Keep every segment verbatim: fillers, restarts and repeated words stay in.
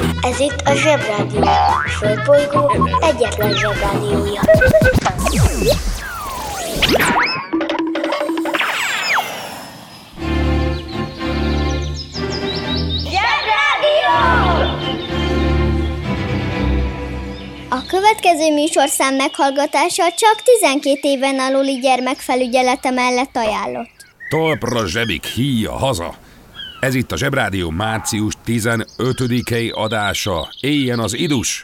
Ez itt a Zsebrádió, a Földbolygó egyetlen Zsebrádiója. Zsebrádió! A következő műsorszám meghallgatása csak tizenkét éven aluli gyermekfelügyelete mellett ajánlott. Talpra zsebik, híja, haza! Ez itt a Zsebrádió március tizenötödikei adása. Éljen az idus!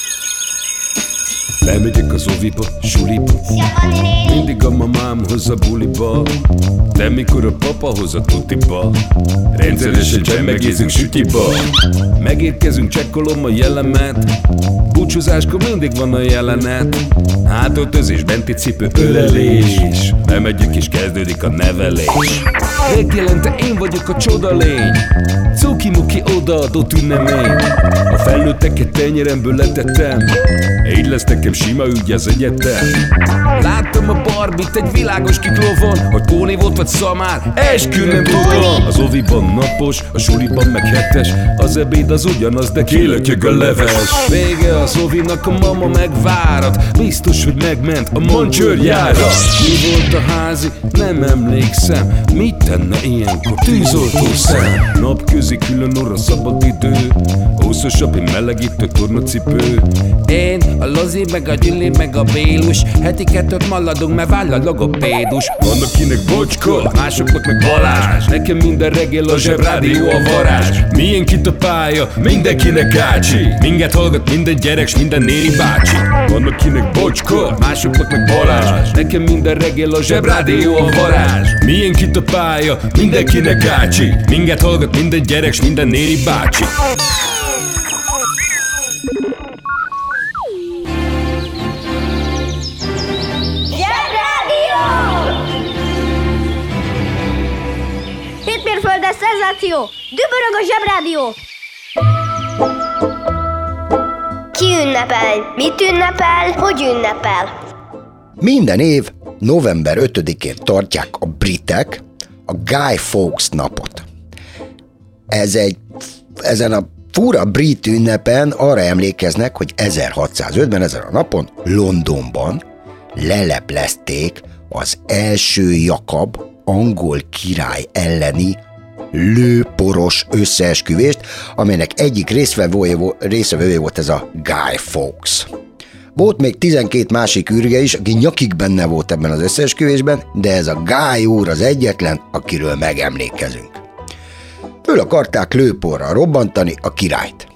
Lemegyek az oviba, suliba, mindig a mamám hoz a buliba, de mikor a papa hoz a tutiba, rendszeresen csemmegézünk sütiba. Megérkezünk, csekkolom a jellemet, búcsúzáskor mindig van a jelenet. Hátöltözés, benti cipő, ölelés, bemegyünk és kezdődik a nevelés. Reggelente én vagyok a csoda lény, cuki-muki odaadott ünnemény. A felnőtteket tenyeremből letettem, így lesz nekem sima ügy az egyetem. Láttam a Barbit egy világos kiklovon, hogy Póni volt vagy szamár, eskü nem tudom. Az oviban napos, a suliban meg hetes, az ebéd az ugyanaz, de kilötyög a leves. Vége az ovinak, a mama megvárat, biztos, hogy megment a mancsőrjára. Mi volt a házi? Nem emlékszem, mit tenne ilyenkor tűzoltó szem? Napközi külön orra szabad idő, húszosabb, én melegítő tornacipő. Én, a Lozi, meg a Gyüli, meg a Bélus, heti kettőt maladunk, mert váll a logopédus. Van akinek Bocska, másoknak meg Balázs, nekem minden reggel a Zsebrádió a varázs. Milyen itt a pálya, mindenkinek ácsi, minket hallgat minden gyerek, s minden néri bácsi. Van akinek Bocska, másoknak meg Balázs, nekem minden reggel a Zsebrádió a varázs. Milyen itt a pálya, mindenkinek ácsi, minket hallgat minden gyerek, s minden néri bácsi. Hétmérföldes szenzáció! Dübörög a Zsebrádió! Ki ünnepel? Mit ünnepel? Hogy ünnepel? Minden év november ötödikén tartják a britek a Guy Fawkes napot. Ez egy, ezen a fura brit ünnepen arra emlékeznek, hogy ezerhatszázötben ezen a napon Londonban leleplezték az első Jakab angol király elleni lőporos összeesküvést, amelynek egyik résztvevője volt ez a Guy Fawkes. Volt még tizenkét másik ürge is, aki nyakig benne volt ebben az összeesküvésben, de ez a Guy úr az egyetlen, akiről megemlékezünk. Föl akarták lőporral robbantani a királyt.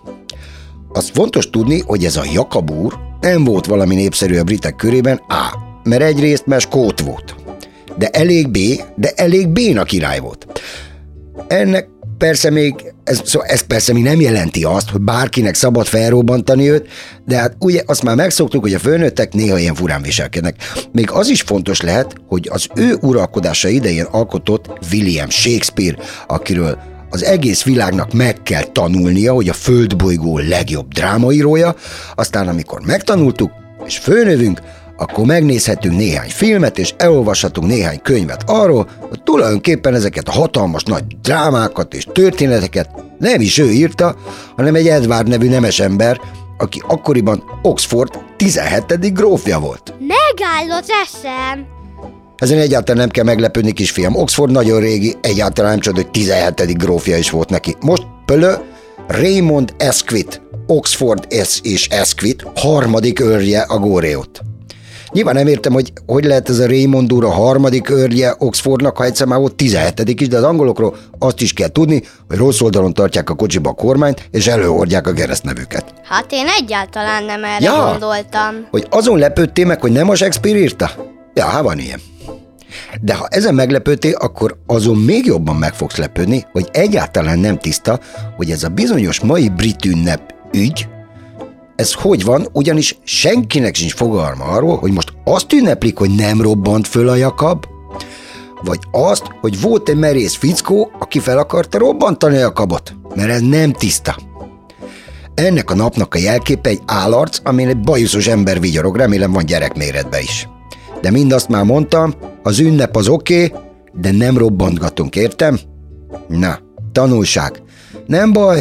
Az fontos tudni, hogy ez a Jakab úr nem volt valami népszerű a britek körében, A. mert egyrészt mert skót volt, de elég B, de elég béna király volt. Ennek persze még, ez, szóval ez persze még nem jelenti azt, hogy bárkinek szabad felrobbantani őt, de hát ugye azt már megszoktuk, hogy a fölnőttek néha ilyen furán viselkednek. Még az is fontos lehet, hogy az ő uralkodása idején alkotott William Shakespeare, akiről az egész világnak meg kell tanulnia, hogy a Földbolygó legjobb drámaírója, aztán amikor megtanultuk, és fölnövünk, akkor megnézhetünk néhány filmet, és elolvashatunk néhány könyvet arról, hogy tulajdonképpen ezeket a hatalmas nagy drámákat és történeteket nem is ő írta, hanem egy Edward nevű nemes ember, aki akkoriban Oxford tizenhetedik grófja volt. Megáll az eszem! Ezen egyáltalán nem kell meglepődni, kisfiam. Oxford nagyon régi, egyáltalán nem csoda, hogy tizenhetedik grófja is volt neki. Most pölö Raymond Asquith, Oxford és Asquith harmadik őrje a Góréot. Nyilván nem értem, hogy hogy lehet ez a Raymond úr a harmadik őrje Oxfordnak, ha egyszer már volt tizenhetedik is, de az angolokról azt is kell tudni, hogy rossz oldalon tartják a kocsiba a kormányt, és előhordják a keresztnevüket. Hát én egyáltalán nem erre ja, gondoltam. Hogy azon lepődtél meg, hogy nem a Shakespeare írta? Ja, hát van ilyen. De ha ezen meglepődtél, akkor azon még jobban meg fogsz lepődni, hogy egyáltalán nem tiszta, hogy ez a bizonyos mai brit ünnep ügy, ez hogy van, ugyanis senkinek sincs fogalma arról, hogy most azt ünneplik, hogy nem robbant föl a Jakab, vagy azt, hogy volt egy merész fickó, aki fel akarta robbantani a Jakabot, mert ez nem tiszta. Ennek a napnak a jelképe egy állarc, amin egy bajuszos ember vigyorog, remélem van gyerekméretben is. De mindazt már mondtam, az ünnep az oké, okay, de nem robbantgatunk, értem? Na, tanulság. Nem baj,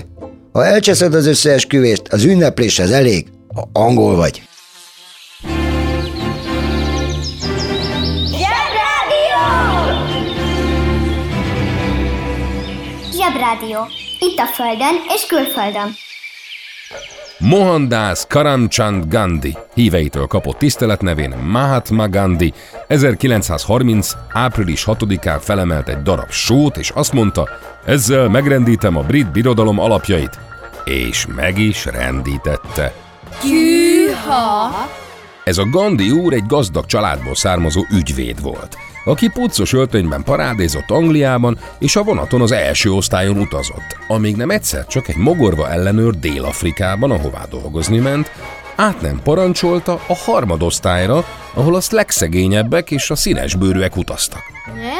Ha elcseszed az összeesküvést, az ünnepléshez elég, ha angol vagy. Zsebrádió. Itt a Földön és külföldön. Mohandas Karamchand Gandhi híveitől kapott tiszteletnevén Mahatma Gandhi ezerkilencszázharminc. április hatodikán felemelt egy darab sót, és azt mondta, ezzel megrendítem a brit birodalom alapjait. És meg is rendítette. Gyűha! Ez a Gandhi úr egy gazdag családból származó ügyvéd volt, aki puccos öltönyben parádézott Angliában, és a vonaton az első osztályon utazott, amíg nem egyszer csak egy mogorva ellenőr Dél-Afrikában, ahová dolgozni ment, át nem parancsolta a harmadosztályra, ahol a legszegényebbek és a színesbőrűek utaztak. Nem.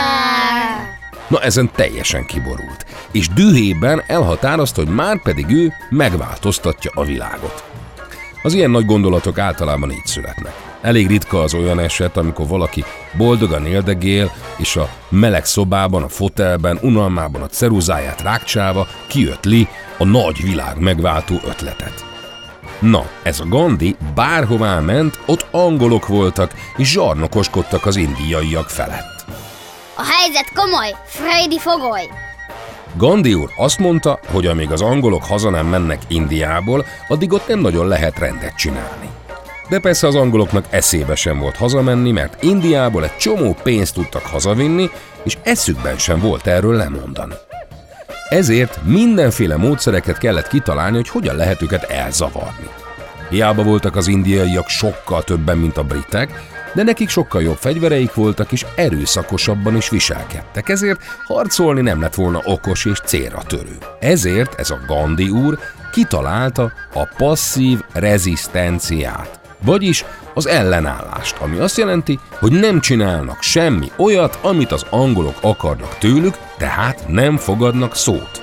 Na ezen teljesen kiborult, és dühében elhatározta, hogy már pedig ő megváltoztatja a világot. Az ilyen nagy gondolatok általában így születnek. Elég ritka az olyan eset, amikor valaki boldogan éldegél, és a meleg szobában, a fotelben, unalmában a ceruzáját rákcsálva kiötli a nagy világ megváltó ötletet. Na, ez a Gandhi bárhová ment, ott angolok voltak, és zsarnokoskodtak az indiaiak felett. A helyzet komoly, Freddy fogoly! Gandhi úr azt mondta, hogy amíg az angolok haza nem mennek Indiából, addig ott nem nagyon lehet rendet csinálni. De persze az angoloknak eszébe sem volt hazamenni, mert Indiából egy csomó pénzt tudtak hazavinni, és eszükben sem volt erről lemondani. Ezért mindenféle módszereket kellett kitalálni, hogy hogyan lehet őket elzavarni. Hiába voltak az indiaiak sokkal többen, mint a britek, de nekik sokkal jobb fegyvereik voltak, és erőszakosabban is viselkedtek, ezért harcolni nem lett volna okos és célra törő. Ezért ez a Gandhi úr kitalálta a passzív rezisztenciát, vagyis az ellenállást, ami azt jelenti, hogy nem csinálnak semmi olyat, amit az angolok akarnak tőlük, tehát nem fogadnak szót.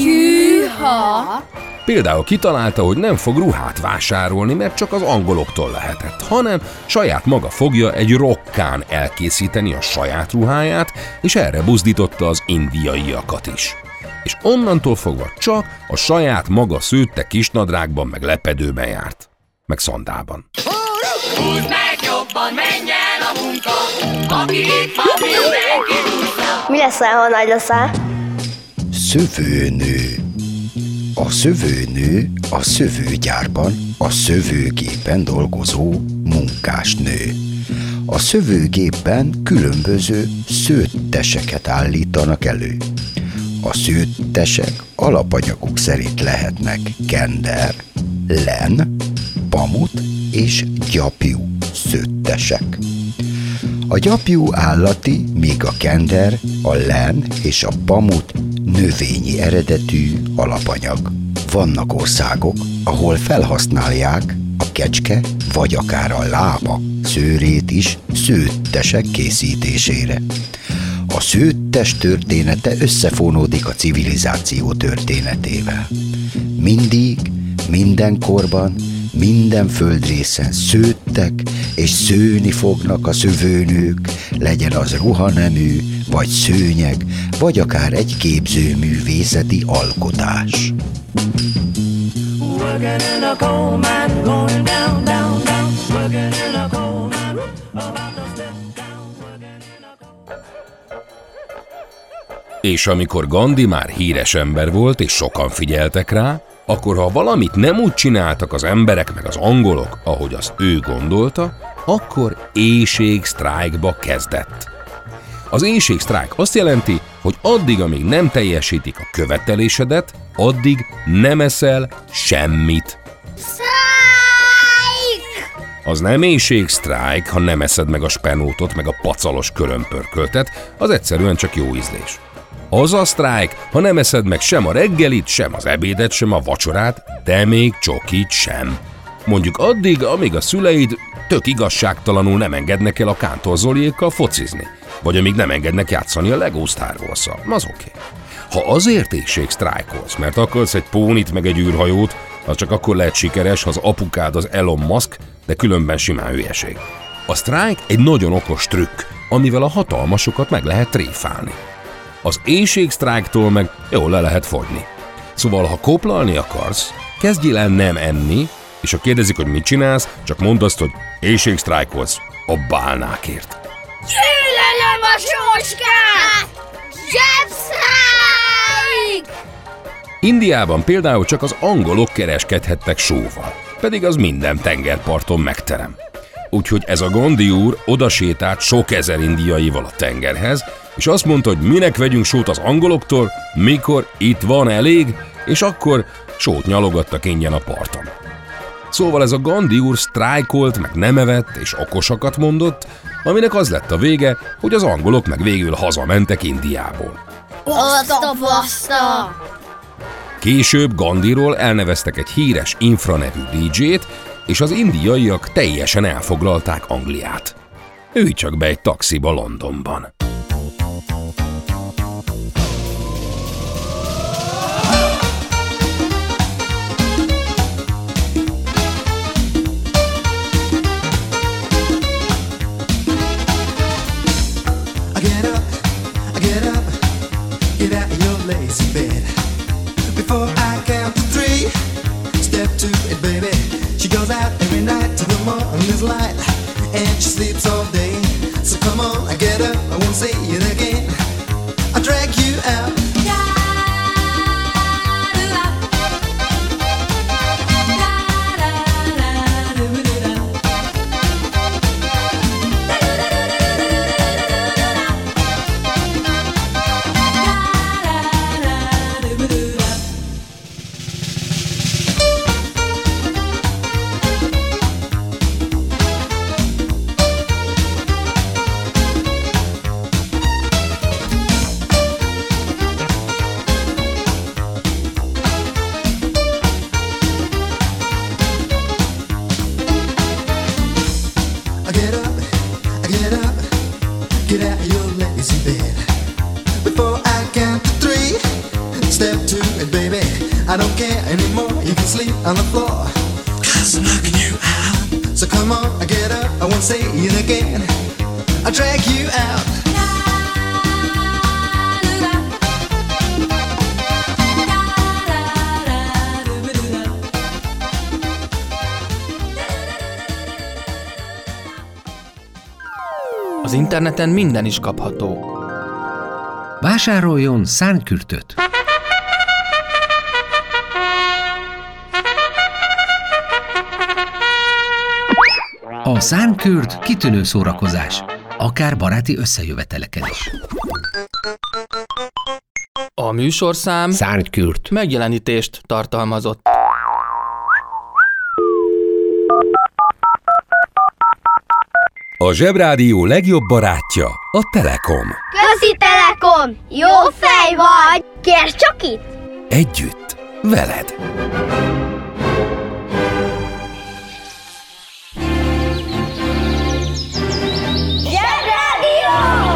Gyűha! Például kitalálta, hogy nem fog ruhát vásárolni, mert csak az angoloktól lehetett, hanem saját maga fogja egy rokkán elkészíteni a saját ruháját, és erre buzdította az indiaiakat is. És onnantól fogva csak a saját maga szőtte kisnadrágban meg lepedőben járt, meg szandában. Húzd meg jobban, menj el a munka, aki itt van, mindenki húzza. Mi leszel, ha nagy leszel? Szövőnő. A szövőnő a szövőgyárban, a szövőgépen dolgozó munkásnő. A szövőgépben különböző szőtteseket állítanak elő. A szőttesek alapanyaguk szerint lehetnek kender, len, pamut és gyapjú szőttesek. A gyapjú állati, míg a kender, a len és a pamut növényi eredetű alapanyag. Vannak országok, ahol felhasználják a kecske vagy akár a lába szőrét is szőttesek készítésére. A szőttes története összefonódik a civilizáció történetével. Mindig, mindenkorban, minden földrészen szőttek és szőni fognak a szövőnők, legyen az ruhanemű, vagy szőnyeg, vagy akár egy képzőművészeti alkotás. És amikor Gandhi már híres ember volt, és sokan figyeltek rá, akkor ha valamit nem úgy csináltak az emberek meg az angolok, ahogy azt ő gondolta, akkor éjségsztrájkba kezdett. Az éjségsztrájk azt jelenti, hogy addig, amíg nem teljesítik a követelésedet, addig nem eszel semmit. Sztrájk! Az nem éjségsztrájk, ha nem eszed meg a spenótot, meg a pacalos körömpörköltet, az egyszerűen csak jó ízlés. Az a sztrájk, ha nem eszed meg sem a reggelit, sem az ebédet, sem a vacsorát, de még csokit sem. Mondjuk addig, amíg a szüleid tök igazságtalanul nem engednek el a Kántor Zoliékkal focizni, vagy amíg nem engednek játszani a Lego Star Wars-szal, az oké. Okay. Ha azért éjségsztrájkolsz, mert akarsz egy pónit meg egy űrhajót, az csak akkor lehet sikeres, ha az apukád az Elon Musk, de különben simán hülyeség. A sztrájk egy nagyon okos trükk, amivel a hatalmasokat meg lehet tréfálni. Az éjségsztrájktól meg jól le lehet fogyni. Szóval, ha koplalni akarsz, kezdjél el nem enni, és ha kérdezik, hogy mit csinálsz, csak mondd azt, hogy éhségsztrájkolsz a bálnákért. Gyűlölöm a sóskát! Zsebsztrájk! Indiában például csak az angolok kereskedhettek sóval, pedig az minden tengerparton megterem. Úgyhogy ez a Gandhi úr odasétált sok ezer indiaival a tengerhez, és azt mondta, hogy minek vegyünk sót az angoloktól, mikor itt van elég, és akkor sót nyalogattak ingyen a parton. Szóval ez a Gandhi úr sztrájkolt, meg nem evett, és okosakat mondott, aminek az lett a vége, hogy az angolok meg végül hazamentek Indiából. Azt a baszta! Később Gandhiról elneveztek egy híres Infra nevű dé dzsét, és az indiaiak teljesen elfoglalták Angliát. Ülj csak be egy taxiba Londonban. Az interneten minden is kapható. Vásároljon szárnykürtöt! A szárnykürt kitűnő szórakozás, akár baráti összejöveteleken is. A műsorszám Szárnykürt megjelenítést tartalmazott. A Zsebrádió legjobb barátja a Telekom. Közi Telekom! Jó fej vagy! Kérd csak itt! Együtt, veled! Zsebrádió!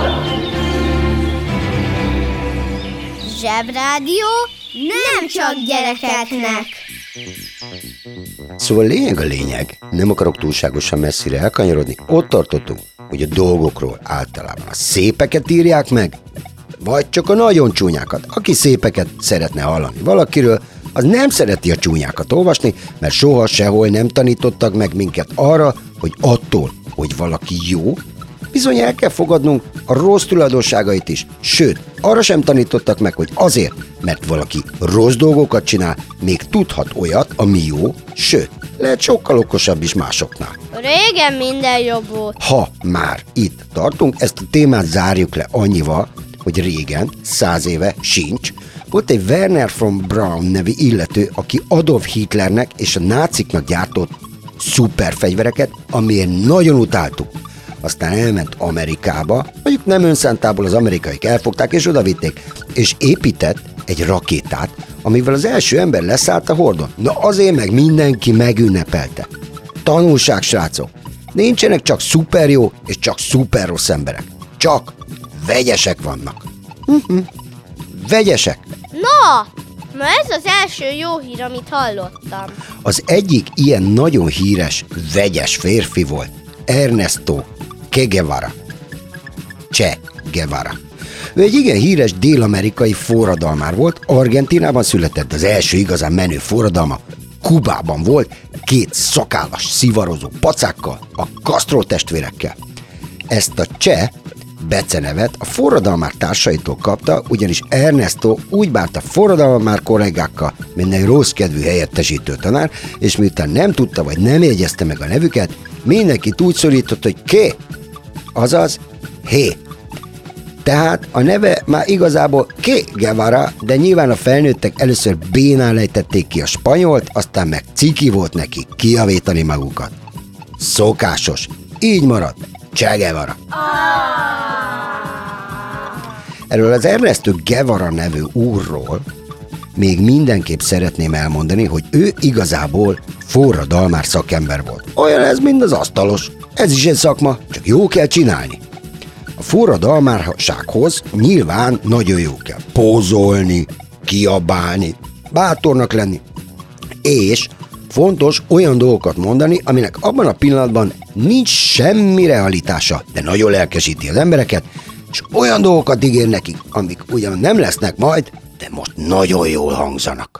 Zsebrádió nem csak gyerekeknek! Szóval lényeg a lényeg, nem akarok túlságosan messzire elkanyarodni, ott tartottunk, hogy a dolgokról általában a szépeket írják meg, vagy csak a nagyon csúnyákat. Aki szépeket szeretne hallani valakiről, az nem szereti a csúnyákat olvasni, mert soha sehol nem tanítottak meg minket arra, hogy attól, hogy valaki jó, bizony el kell fogadnunk a rossz tulajdonságait is. Sőt, arra sem tanítottak meg, hogy azért, mert valaki rossz dolgokat csinál, még tudhat olyat, ami jó, sőt, lehet sokkal okosabb is másoknál. Régen minden jobb volt. Ha már itt tartunk, ezt a témát zárjuk le annyival, hogy régen, száz éve sincs, volt egy Werner von Braun nevű illető, aki Adolf Hitlernek és a náciknak gyártott szuperfegyvereket, amiért nagyon utáltuk. Aztán elment Amerikába, mondjuk nem önszántából az amerikaiak elfogták és odavitték, és épített egy rakétát, amivel az első ember leszállt a Hordon. Na azért meg mindenki megünnepelte. Tanulság, srácok! Nincsenek csak szuper jó és csak szuper rossz emberek. Csak vegyesek vannak. Uh-huh. Vegyesek. Na, na ez az első jó hír, amit hallottam. Az egyik ilyen nagyon híres, vegyes férfi volt Ernesto Che Guevara. Che Guevara. Ő egy igen híres dél-amerikai forradalmár volt, Argentínában született, az első igazán menő forradalma Kubában volt, két szakállas, szivarozó pacákkal, a Castro testvérekkel. Ezt a cseh becenevet a forradalmár társaitól kapta, ugyanis Ernesto úgy bánt a forradalmár kollégákkal, mint egy rossz kedvű helyettesítő tanár, és miután nem tudta vagy nem jegyezte meg a nevüket, mindenkit úgy szólított, hogy ké, azaz hé. Tehát a neve már igazából Che Guevara, de nyilván a felnőttek először bénán lejtették ki a spanyolt, aztán meg ciki volt neki kijavítani magukat. Szokásos, így maradt Che Guevara. Erről az Ernesto Guevara nevű úrról még mindenképp szeretném elmondani, hogy ő igazából forradalmár szakember volt. Olyan ez, mint az asztalos. Ez is egy szakma, csak jó kell csinálni. A forradalmársághoz nyilván nagyon jó kell pózolni, kiabálni, bátornak lenni, és fontos olyan dolgokat mondani, aminek abban a pillanatban nincs semmi realitása, de nagyon lelkesíti az embereket, és olyan dolgokat ígér nekik, amik ugyan nem lesznek majd, de most nagyon jól hangzanak.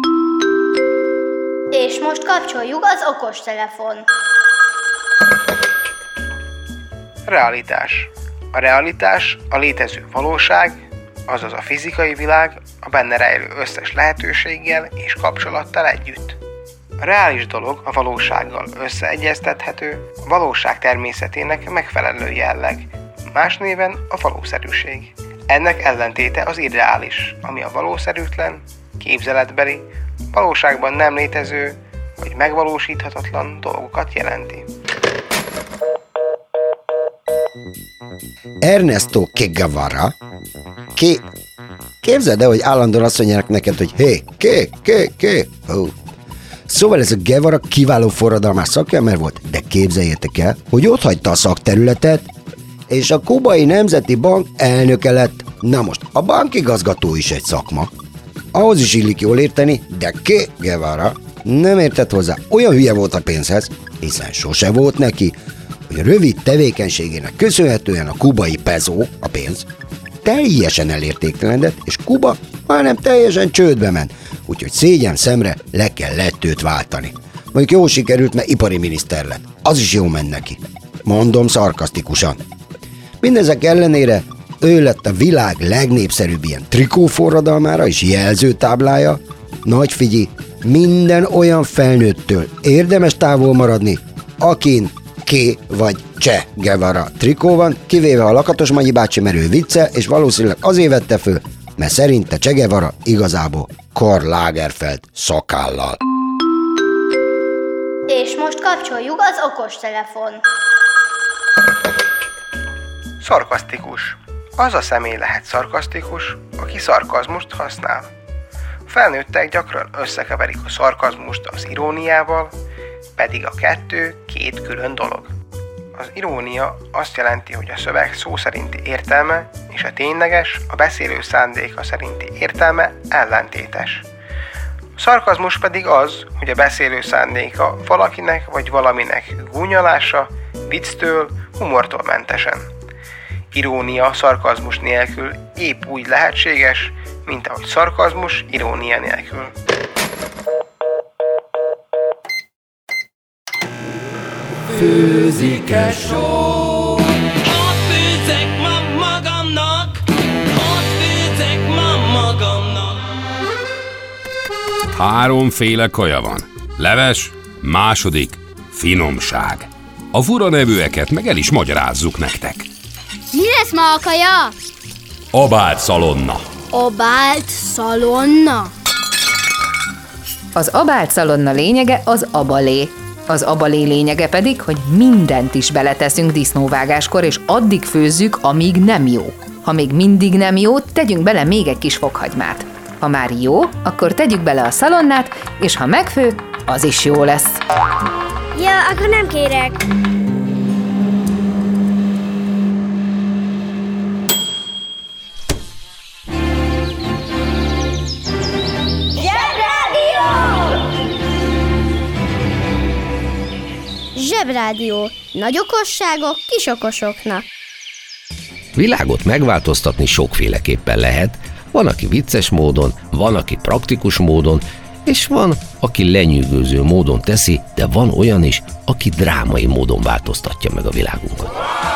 És most kapcsoljuk az okostelefon. Realitás. A realitás a létező valóság, azaz a fizikai világ a benne rejlő összes lehetőséggel és kapcsolattal együtt. A reális dolog a valósággal összeegyeztethető, a valóság természetének megfelelő jelleg, más néven a valószerűség. Ennek ellentéte az irreális, ami a valószerűtlen, képzeletbeli, valóságban nem létező vagy megvalósíthatatlan dolgokat jelenti. Ernesto Che Guevara, Ké... Képzeld el, hogy állandóan azt mondják neked, hogy hé, ké, ké, ké. Oh. Szóval ez a Guevara kiváló forradalmás szakember volt, de képzeljétek el, hogy ott hagyta a szakterületet, és a Kubai Nemzeti Bank elnöke lett. Na most, a bankigazgató is egy szakma. Ahhoz is illik jól érteni, de Che Guevara nem értett hozzá. Olyan hülye volt a pénzhez, hiszen sose volt neki, hogy rövid tevékenységének köszönhetően a kubai peso, a pénz, teljesen elértéktelenedett, és Kuba majdnem teljesen csődbe ment, úgyhogy szégyen szemre le kellett őt váltani. Mondjuk jó sikerült, mert ipari miniszter lett. Az is jó ment neki. Mondom szarkasztikusan. Mindezek ellenére ő lett a világ legnépszerűbb ilyen trikóforradalmára és jelzőtáblája. Nagy figyi, minden olyan felnőttől érdemes távol maradni, akin Ké vagy Che Guevara trikó van, kivéve a Lakatos Magyi bácsi, mert ő vicce, és valószínűleg azért vette föl, mert szerinte Che Guevara igazából Karl Lagerfeld szakállal. És most kapcsoljuk az okostelefon. Szarkasztikus. Az a személy lehet szarkasztikus, aki szarkazmust használ. A felnőttek gyakran összekeverik a szarkazmust az iróniával, pedig a kettő két külön dolog. Az irónia azt jelenti, hogy a szöveg szó szerinti értelme és a tényleges, a beszélő szándéka szerinti értelme ellentétes. A szarkazmus pedig az, hogy a beszélő szándéka valakinek vagy valaminek gúnyolása, vicctől, humortól mentesen. Irónia szarkazmus nélkül épp úgy lehetséges, mint ahogy szarkazmus irónia nélkül. Főzik-e só? Ott főzek ma magamnak, ott főzek ma magamnak. Háromféle kaja van. Leves, második, finomság. A fura nevűeket meg el is magyarázzuk nektek. Mi lesz ma a kaja? Abált szalonna. Abált szalonna? Az abált szalonna lényege az abalé. Az abalé lényege pedig, hogy mindent is beleteszünk disznóvágáskor, és addig főzzük, amíg nem jó. Ha még mindig nem jó, tegyünk bele még egy kis fokhagymát. Ha már jó, akkor tegyük bele a szalonnát, és ha megfő, az is jó lesz. Ja, akkor nem kérek. Zsebrádió. Nagy okosságok kis okosoknak. Világot megváltoztatni sokféleképpen lehet, van, aki vicces módon, van, aki praktikus módon, és van, aki lenyűgöző módon teszi, de van olyan is, aki drámai módon változtatja meg a világunkat.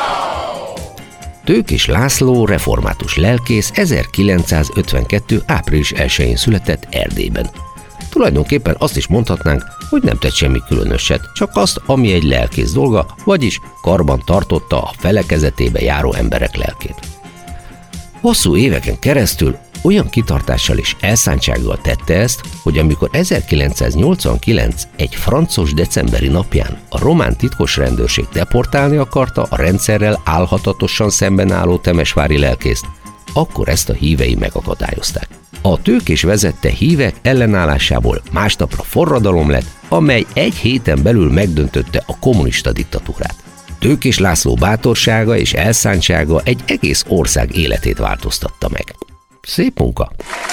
Tőkés László református lelkész ezerkilencszázötvenkettő. április elsején született Erdélyben. Tulajdonképpen azt is mondhatnánk, hogy nem tett semmi különöset, csak azt, ami egy lelkész dolga, vagyis karban tartotta a felekezetébe járó emberek lelkét. Hosszú éveken keresztül olyan kitartással és elszántsággal tette ezt, hogy amikor ezerkilencszáznyolcvankilenc egy francos decemberi napján a román titkos rendőrség deportálni akarta a rendszerrel álhatatosan szemben álló temesvári lelkészt, akkor ezt a hívei megakadályozták. A Tőkés vezette hívek ellenállásából másnapra forradalom lett, amely egy héten belül megdöntötte a kommunista diktatúrát. Tőkés László bátorsága és elszántsága egy egész ország életét változtatta meg. Szép munka!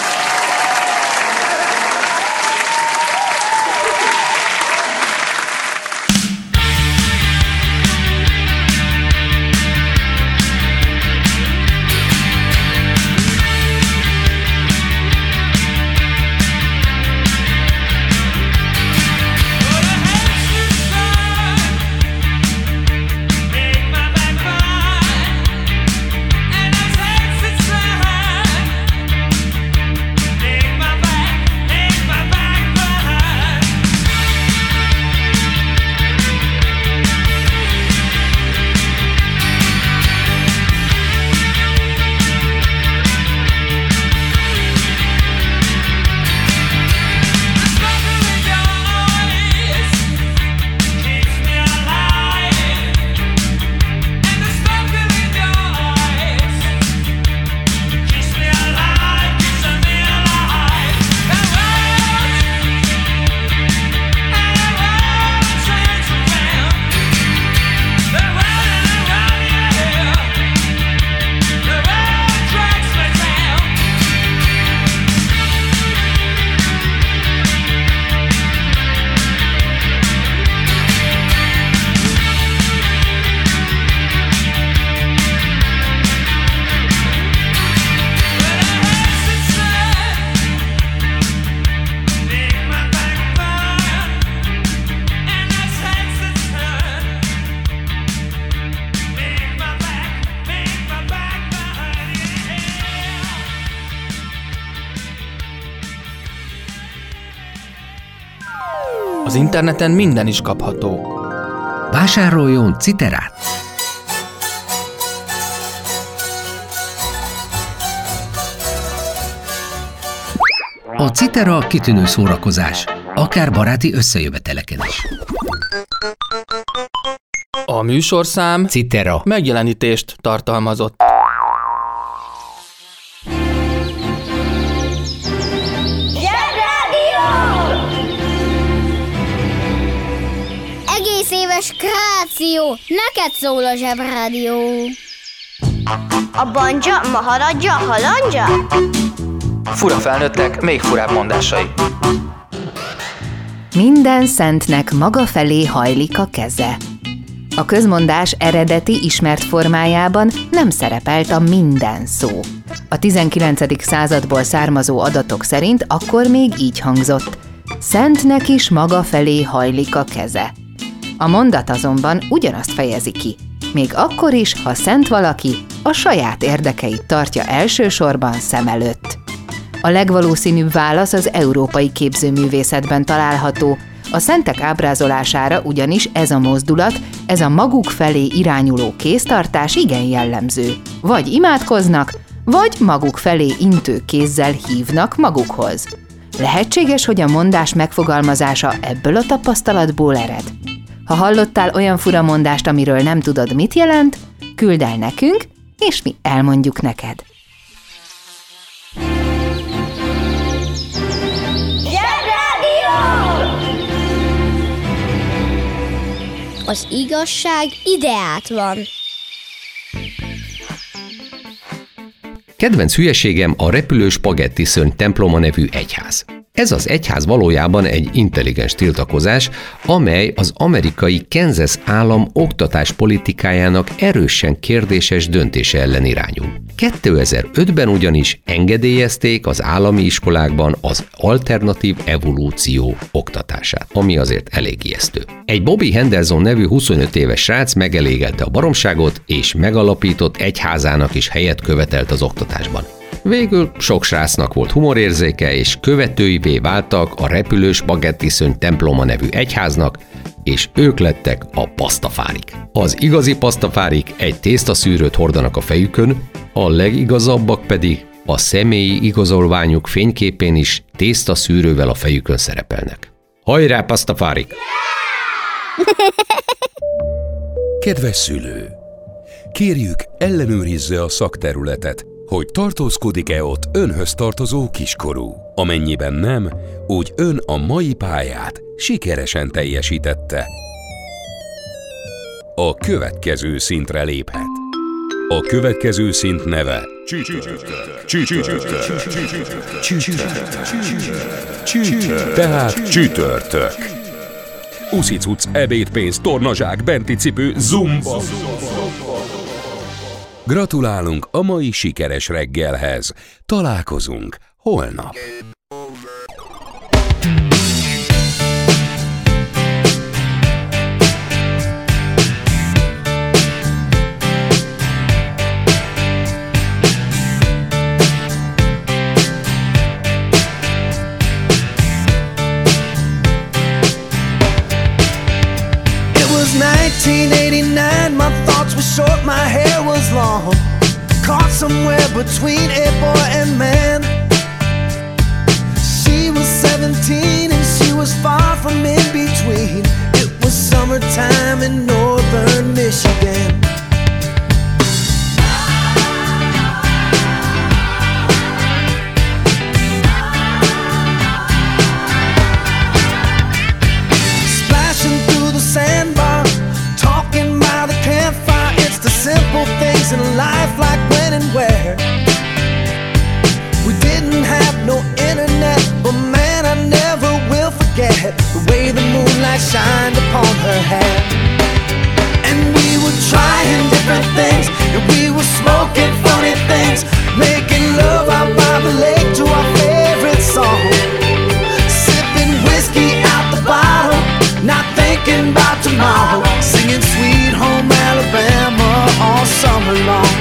Az interneten minden is kapható. Vásároljon Citerát! A Citera kitűnő szórakozás, akár baráti összejöveteleken is. A műsorszám Citera megjelenítést tartalmazott. Egész éves kreáció, neked szól a Zsebrádió. A banja, maharadja, halandja? Fura felnőttek, még furább mondásai. Minden szentnek maga felé hajlik a keze. A közmondás eredeti ismert formájában nem szerepelt a minden szó. A tizenkilencedik századból származó adatok szerint akkor még így hangzott: szentnek is maga felé hajlik a keze. A mondat azonban ugyanazt fejezi ki, még akkor is, ha szent valaki a saját érdekeit tartja elsősorban szem előtt. A legvalószínűbb válasz az európai képzőművészetben található, a szentek ábrázolására ugyanis ez a mozdulat, ez a maguk felé irányuló kéztartás igen jellemző. Vagy imádkoznak, vagy maguk felé intő kézzel hívnak magukhoz. Lehetséges, hogy a mondás megfogalmazása ebből a tapasztalatból ered. Ha hallottál olyan fura mondást, amiről nem tudod, mit jelent, küldd el nekünk, és mi elmondjuk neked. Az igazság ideát van. Kedvenc hülyeségem a repülő spagetti szörny temploma nevű egyház. Ez az egyház valójában egy intelligens tiltakozás, amely az amerikai Kansas állam oktatáspolitikájának erősen kérdéses döntése ellen irányul. kétezer-ötben ugyanis engedélyezték az állami iskolákban az alternatív evolúció oktatását, ami azért elég ijesztő. Egy Bobby Henderson nevű huszonöt éves srác megelégelte a baromságot, és megalapított egyházának is helyet követelt az oktatásban. Végül sok srácnak volt humorérzéke, és követőivé váltak a repülős spagettiszöny temploma nevű egyháznak, és ők lettek a pasztafárik. Az igazi pasztafárik egy tésztaszűrőt hordanak a fejükön, a legigazabbak pedig a személyi igazolványuk fényképén is tésztaszűrővel a fejükön szerepelnek. Hajrá, pasztafárik! Kedves szülő! Kérjük, ellenőrizze a szakterületet, hogy tartózkodik-e ott önhöz tartozó kiskorú. Amennyiben nem, úgy ön a mai pályát sikeresen teljesítette. A következő szintre léphet. A következő szint neve Csütörtök. Tehát csütörtök. Uszicuc, ebédpénz, tornazsák, benti cipő, zumba. Gratulálunk a mai sikeres reggelhez. Találkozunk holnap. nineteen eighty-nine, my thoughts were short, my hair was long, caught somewhere between a boy and man. She was seventeen and she was far from in between. It was summertime in northern Michigan. Simple things in life like when and where. We didn't have no internet, but man, I never will forget the way the moonlight shined upon her hair. And we were trying different things, and we were smoking funny things, making love out by the lake to our favorite song, sipping whiskey out the bottle, not thinking about tomorrow, singing Sweet Home Alabama all summer long.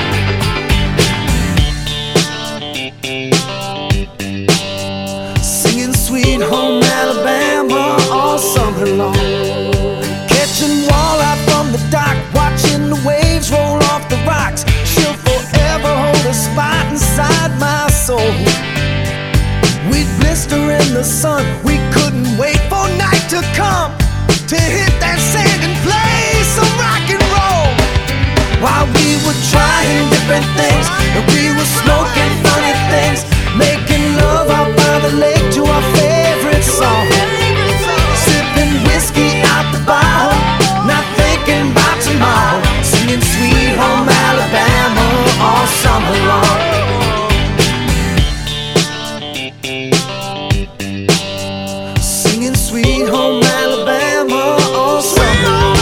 Singing Sweet Home Alabama all summer long. Catching walleye from the dock, watching the waves roll off the rocks. She'll forever hold a spot inside my soul. We'd blister in the sun, we couldn't wait for night to come to hit that sand and play some rock and roll. While we were trying different things, and we were smoking funny things, making love out by the lake to our favorite song, sipping whiskey out the bottle, not thinking about tomorrow, singing Sweet Home Alabama all summer long. Singing Sweet Home Alabama all summer long.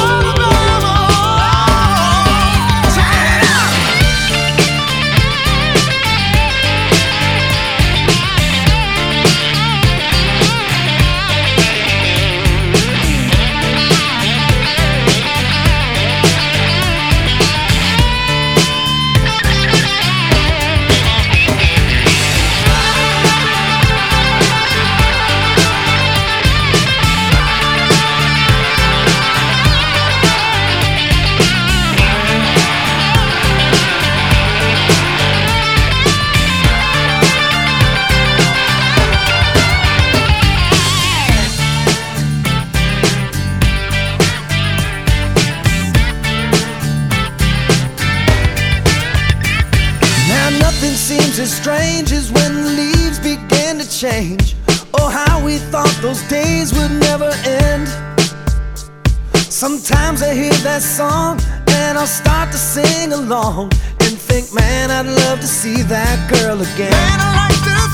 As strange as when the leaves began to change. Oh, how we thought those days would never end. Sometimes I hear that song and I'll start to sing along and think, man, I'd love to see that girl again. Man, I like to